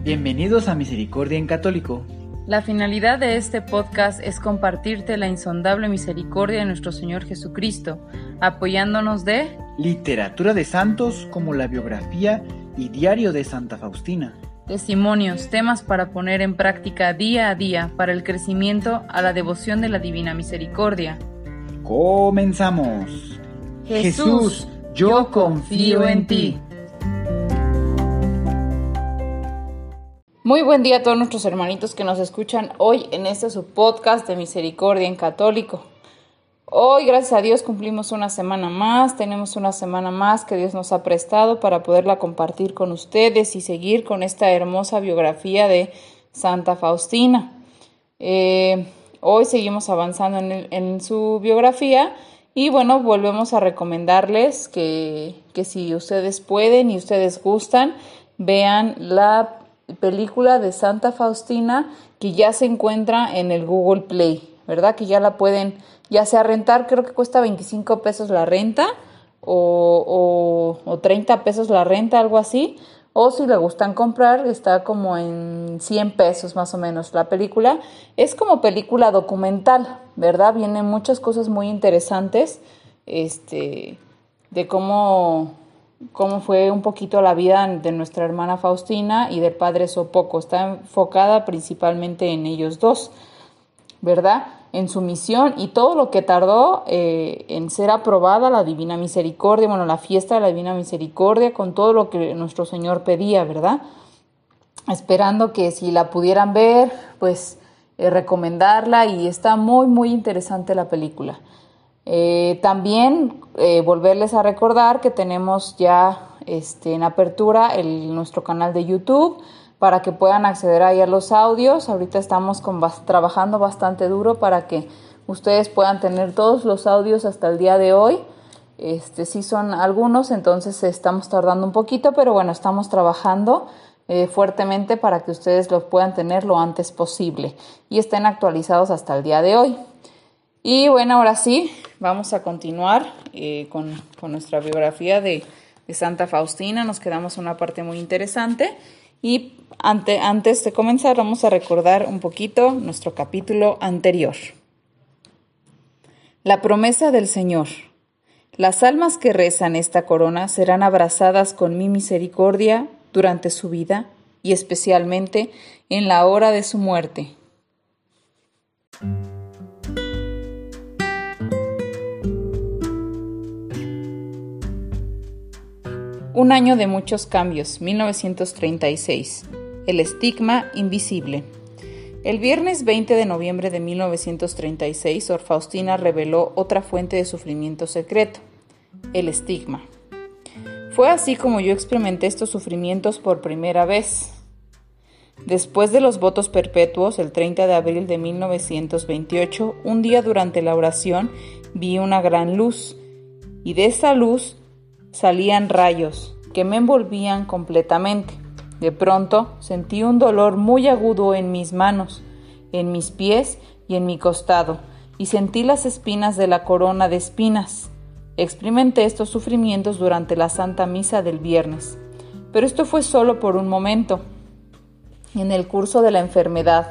Bienvenidos a Misericordia en Católico. La finalidad de este podcast es compartirte la insondable misericordia de nuestro Señor Jesucristo, apoyándonos de literatura de santos como la biografía y diario de Santa Faustina. Testimonios, temas para poner en práctica día a día para el crecimiento a la devoción de la Divina Misericordia. ¡Comenzamos! Jesús, yo confío en ti. Muy buen día a todos nuestros hermanitos que nos escuchan hoy en este su podcast de Misericordia en Católico. Hoy, gracias a Dios, cumplimos una semana más, tenemos una semana más que Dios nos ha prestado para poderla compartir con ustedes y seguir con esta hermosa biografía de Santa Faustina. Hoy seguimos avanzando en su biografía y bueno, volvemos a recomendarles que si ustedes pueden y ustedes gustan, vean la película de Santa Faustina que ya se encuentra en el Google Play, ¿verdad? Que ya la pueden ya sea rentar, creo que cuesta 25 pesos la renta o 30 pesos la renta, algo así. O si le gustan comprar, está como en 100 pesos más o menos la película. Es como película documental, ¿verdad? Vienen muchas cosas muy interesantes de cómo fue un poquito la vida de nuestra hermana Faustina y del padre Sopoco. Está enfocada principalmente en ellos dos, ¿verdad? En su misión y todo lo que tardó en ser aprobada la Divina Misericordia, bueno, la fiesta de la Divina Misericordia, con todo lo que nuestro Señor pedía, ¿verdad? Esperando que si la pudieran ver, pues recomendarla, y está muy, muy interesante la película. También volverles a recordar que tenemos ya en apertura nuestro canal de YouTube para que puedan acceder ahí a los audios. Ahorita estamos trabajando bastante duro para que ustedes puedan tener todos los audios hasta el día de hoy. Sí son algunos, entonces estamos tardando un poquito, pero bueno, estamos trabajando fuertemente para que ustedes los puedan tener lo antes posible y estén actualizados hasta el día de hoy. Y bueno, ahora sí, vamos a continuar con nuestra biografía de Santa Faustina. Nos quedamos en una parte muy interesante y antes de comenzar vamos a recordar un poquito nuestro capítulo anterior. La promesa del Señor. Las almas que rezan esta corona serán abrazadas con mi misericordia durante su vida y especialmente en la hora de su muerte. Un año de muchos cambios, 1936. El estigma invisible. El viernes 20 de noviembre de 1936, Sor Faustina reveló otra fuente de sufrimiento secreto, el estigma. Fue así como yo experimenté estos sufrimientos por primera vez. Después de los votos perpetuos, el 30 de abril de 1928, un día durante la oración, vi una gran luz, y de esa luz salían rayos que me envolvían completamente. De pronto sentí un dolor muy agudo en mis manos, en mis pies y en mi costado, y sentí las espinas de la corona de espinas. Experimenté estos sufrimientos durante la Santa Misa del viernes, pero esto fue solo por un momento. En el curso de la enfermedad,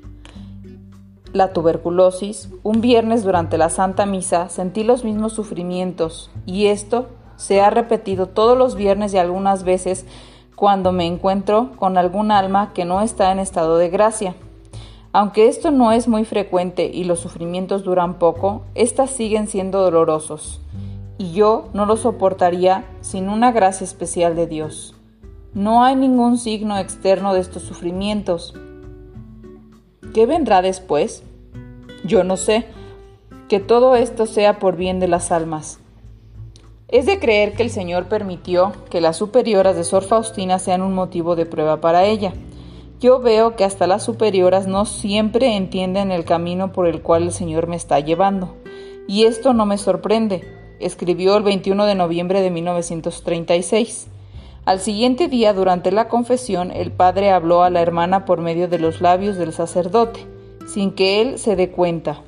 la tuberculosis, un viernes durante la Santa Misa sentí los mismos sufrimientos, y esto se ha repetido todos los viernes y algunas veces cuando me encuentro con algún alma que no está en estado de gracia. Aunque esto no es muy frecuente y los sufrimientos duran poco, estas siguen siendo dolorosos, y yo no los soportaría sin una gracia especial de Dios. No hay ningún signo externo de estos sufrimientos. ¿Qué vendrá después? Yo no sé. Que todo esto sea por bien de las almas. Es de creer que el Señor permitió que las superioras de Sor Faustina sean un motivo de prueba para ella. Yo veo que hasta las superioras no siempre entienden el camino por el cual el Señor me está llevando. Y esto no me sorprende, escribió el 21 de noviembre de 1936. Al siguiente día, durante la confesión, el padre habló a la hermana por medio de los labios del sacerdote, sin que él se dé cuenta.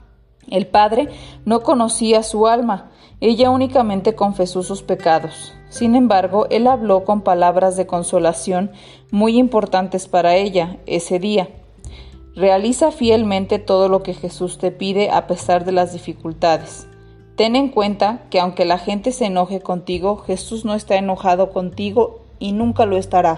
El padre no conocía su alma. Ella únicamente confesó sus pecados. Sin embargo, él habló con palabras de consolación muy importantes para ella ese día. Realiza fielmente todo lo que Jesús te pide a pesar de las dificultades. Ten en cuenta que aunque la gente se enoje contigo, Jesús no está enojado contigo y nunca lo estará.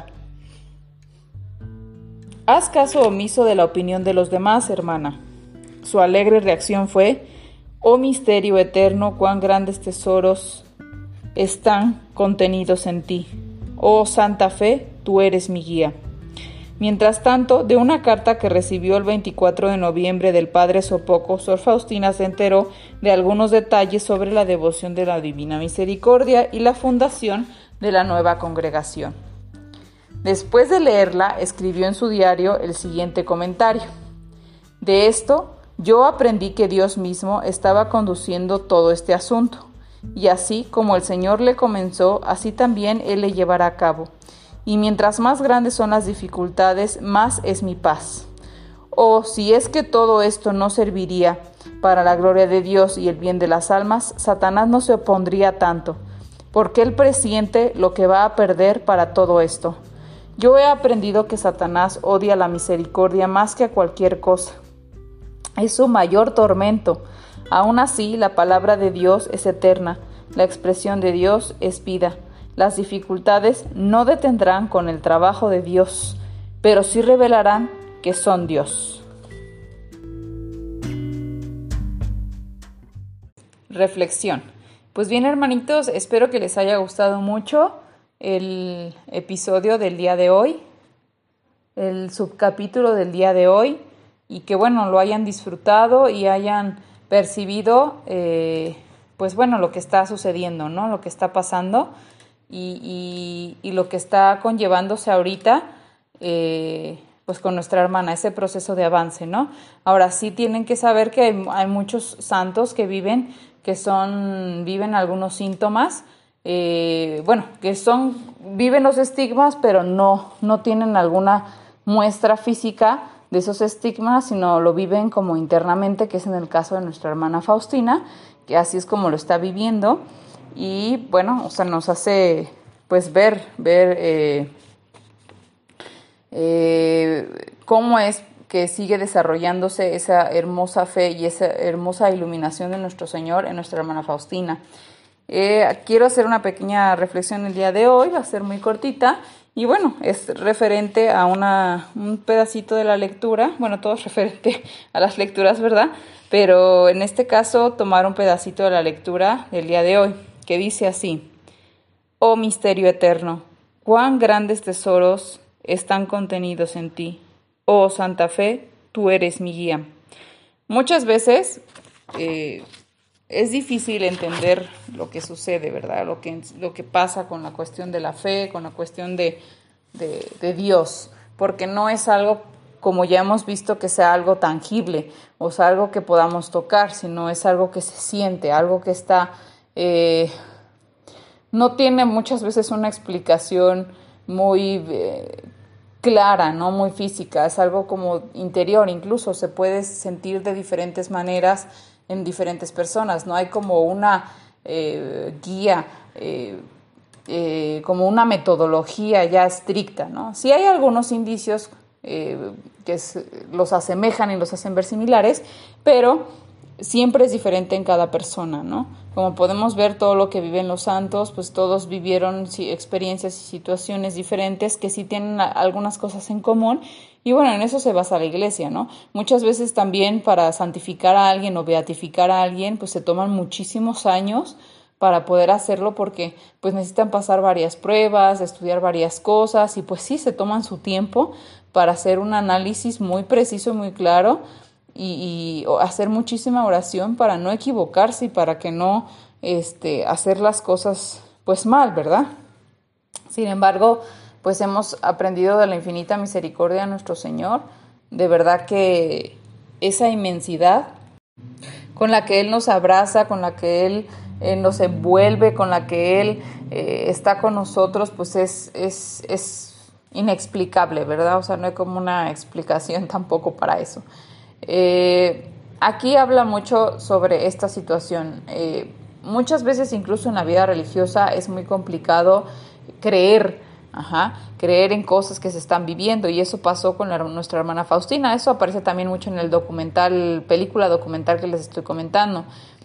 Haz caso omiso de la opinión de los demás, hermana. Su alegre reacción fue: oh misterio eterno, cuán grandes tesoros están contenidos en ti. Oh Santa Fe, tú eres mi guía. Mientras tanto, de una carta que recibió el 24 de noviembre del padre Sopoco, Sor Faustina se enteró de algunos detalles sobre la devoción de la Divina Misericordia y la fundación de la nueva congregación. Después de leerla, escribió en su diario el siguiente comentario: de esto, yo aprendí que Dios mismo estaba conduciendo todo este asunto, y así como el Señor le comenzó, así también Él le llevará a cabo. Y mientras más grandes son las dificultades, más es mi paz. Oh, si es que todo esto no serviría para la gloria de Dios y el bien de las almas, Satanás no se opondría tanto, porque Él presiente lo que va a perder para todo esto. Yo he aprendido que Satanás odia la misericordia más que a cualquier cosa. Es su mayor tormento. Aún así, la palabra de Dios es eterna. La expresión de Dios es vida. Las dificultades no detendrán con el trabajo de Dios, pero sí revelarán que son Dios. Reflexión. Pues bien, hermanitos, espero que les haya gustado mucho el episodio del día de hoy, el subcapítulo del día de hoy, y que bueno, lo hayan disfrutado y hayan percibido pues bueno, lo que está sucediendo, ¿no? Lo que está pasando y lo que está conllevándose ahorita pues con nuestra hermana, ese proceso de avance, ¿no? Ahora sí tienen que saber que hay muchos santos que viven algunos síntomas, viven los estigmas, pero no tienen alguna muestra física de esos estigmas, sino lo viven como internamente, que es en el caso de nuestra hermana Faustina, que así es como lo está viviendo. Y bueno, o sea, nos hace pues ver cómo es que sigue desarrollándose esa hermosa fe y esa hermosa iluminación de nuestro Señor en nuestra hermana Faustina. Quiero hacer una pequeña reflexión el día de hoy, va a ser muy cortita, y bueno, es referente a un pedacito de la lectura. Bueno, todo es referente a las lecturas, ¿verdad? Pero en este caso, tomar un pedacito de la lectura del día de hoy, que dice así: oh misterio eterno, cuán grandes tesoros están contenidos en ti. Oh Santa Fe, tú eres mi guía. Muchas veces es difícil entender lo que sucede, ¿verdad? Lo que pasa con la cuestión de la fe, con la cuestión de Dios, porque no es algo, como ya hemos visto, que sea algo tangible, o sea, algo que podamos tocar, sino es algo que se siente, algo que está, no tiene muchas veces una explicación muy clara, ¿no? Muy física, es algo como interior, incluso se puede sentir de diferentes maneras en diferentes personas, no hay como una guía, como una metodología ya estricta, ¿no? Sí hay algunos indicios los asemejan y los hacen ver similares, pero siempre es diferente en cada persona, ¿no? Como podemos ver, todo lo que viven los santos, pues todos vivieron experiencias y situaciones diferentes que sí tienen algunas cosas en común, y bueno, en eso se basa la Iglesia, ¿no? Muchas veces también para santificar a alguien o beatificar a alguien, pues se toman muchísimos años para poder hacerlo, porque pues necesitan pasar varias pruebas, estudiar varias cosas, y pues sí, se toman su tiempo para hacer un análisis muy preciso y muy claro, y hacer muchísima oración para no equivocarse y para que no hacer las cosas pues mal, ¿verdad? Sin embargo, pues hemos aprendido de la infinita misericordia de nuestro Señor, de verdad que esa inmensidad con la que Él nos abraza, con la que Él nos envuelve, con la que Él está con nosotros, pues es inexplicable, ¿verdad? O sea, no hay como una explicación tampoco para eso. Aquí habla mucho sobre esta situación. muchas veces incluso en la vida religiosa es muy complicado creer en cosas que se están viviendo, y eso pasó con nuestra hermana Faustina. Eso aparece también mucho en el película documental que les estoy comentando.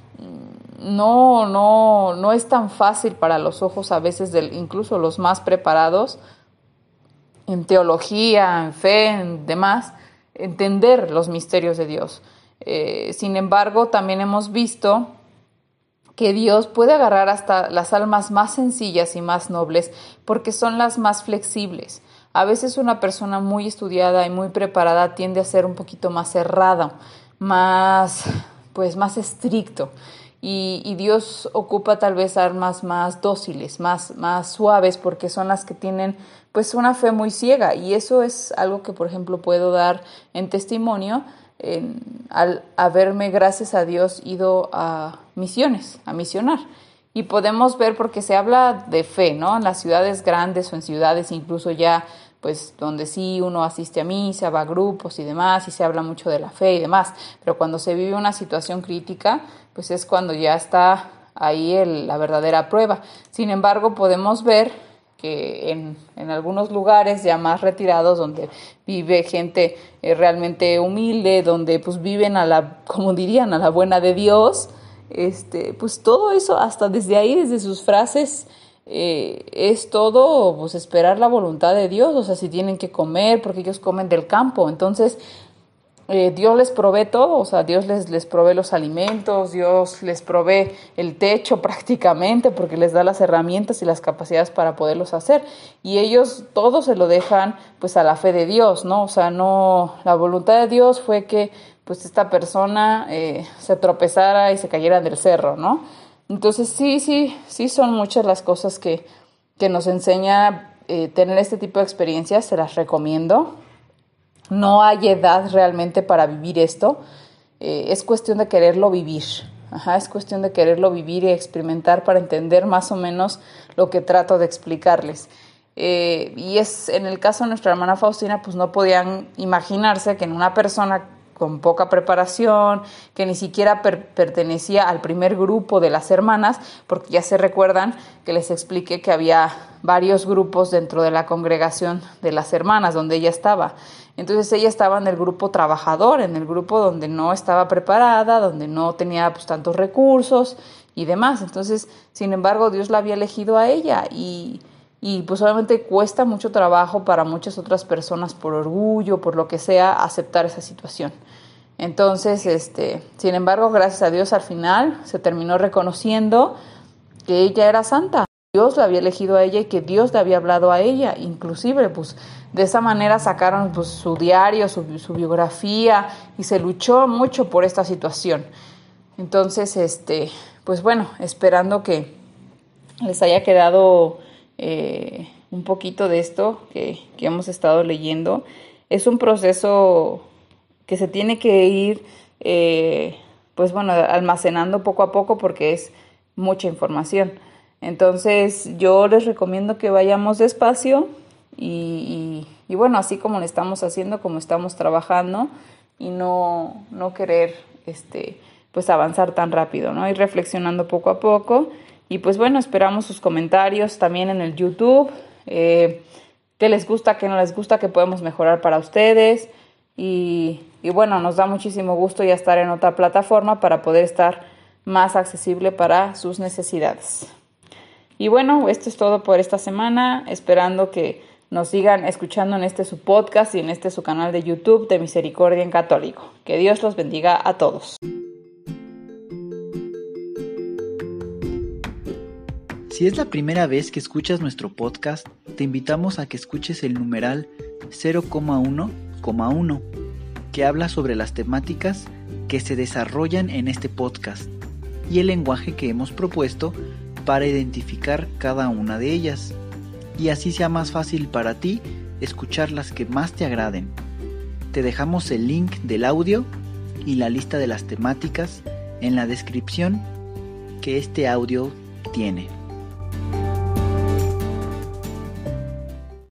No es tan fácil para los ojos a veces incluso los más preparados en teología, en fe, en demás, entender los misterios de Dios. Sin embargo, también hemos visto que Dios puede agarrar hasta las almas más sencillas y más nobles, porque son las más flexibles. A veces una persona muy estudiada y muy preparada tiende a ser un poquito más cerrada, más estricto. Y Dios ocupa tal vez almas más dóciles, más suaves, porque son las que tienen pues una fe muy ciega. Y eso es algo que, por ejemplo, puedo dar en testimonio al haberme, gracias a Dios, ido a misiones, a misionar. Y podemos ver, porque se habla de fe, ¿no? En las ciudades grandes o en ciudades incluso ya, pues donde sí uno asiste a misa, va a grupos y demás, y se habla mucho de la fe y demás. Pero cuando se vive una situación crítica, pues es cuando ya está ahí la verdadera prueba. Sin embargo, podemos ver que en algunos lugares ya más retirados, donde vive gente realmente humilde, donde pues viven como dirían, a la buena de Dios, pues todo eso, hasta desde ahí, desde sus frases, es todo pues esperar la voluntad de Dios. O sea, si tienen que comer, porque ellos comen del campo, entonces Dios les provee todo. O sea, Dios les provee los alimentos, Dios les provee el techo prácticamente, porque les da las herramientas y las capacidades para poderlos hacer, y ellos todo se lo dejan pues a la fe de Dios, ¿no? O sea, no, la voluntad de Dios fue que pues esta persona se tropezara y se cayera del cerro, ¿no? Entonces sí son muchas las cosas que nos enseña tener este tipo de experiencias. Se las recomiendo. No hay edad realmente para vivir esto. Es cuestión de quererlo vivir. Es cuestión de quererlo vivir y experimentar para entender más o menos lo que trato de explicarles. Y en el caso de nuestra hermana Faustina, pues no podían imaginarse que en una persona con poca preparación, que ni siquiera pertenecía al primer grupo de las hermanas, porque ya se recuerdan que les expliqué que había varios grupos dentro de la congregación de las hermanas donde ella estaba. Entonces ella estaba en el grupo trabajador, en el grupo donde no estaba preparada, donde no tenía pues tantos recursos y demás. Entonces, sin embargo, Dios la había elegido a ella, y pues obviamente cuesta mucho trabajo para muchas otras personas, por orgullo, por lo que sea, aceptar esa situación. Entonces, sin embargo, gracias a Dios, al final se terminó reconociendo que ella era santa. Dios la había elegido a ella y que Dios le había hablado a ella. Inclusive, pues, de esa manera sacaron pues su diario, su biografía, y se luchó mucho por esta situación. Entonces, pues bueno, esperando que les haya quedado un poquito de esto que hemos estado leyendo. Es un proceso que se tiene que ir pues bueno, almacenando poco a poco, porque es mucha información. Entonces yo les recomiendo que vayamos despacio y bueno, así como lo estamos haciendo, como estamos trabajando, y no querer pues avanzar tan rápido, ¿no? Ir reflexionando poco a poco. Y pues bueno, esperamos sus comentarios también en el YouTube, qué les gusta, qué no les gusta, qué podemos mejorar para ustedes. Y bueno, nos da muchísimo gusto ya estar en otra plataforma para poder estar más accesible para sus necesidades. Y bueno, esto es todo por esta semana, esperando que nos sigan escuchando en su podcast y en su canal de YouTube de Misericordia en Católico. Que Dios los bendiga a todos. Si es la primera vez que escuchas nuestro podcast, te invitamos a que escuches el numeral 0,1,1, que habla sobre las temáticas que se desarrollan en este podcast y el lenguaje que hemos propuesto para identificar cada una de ellas, y así sea más fácil para ti escuchar las que más te agraden. Te dejamos el link del audio y la lista de las temáticas en la descripción que este audio tiene.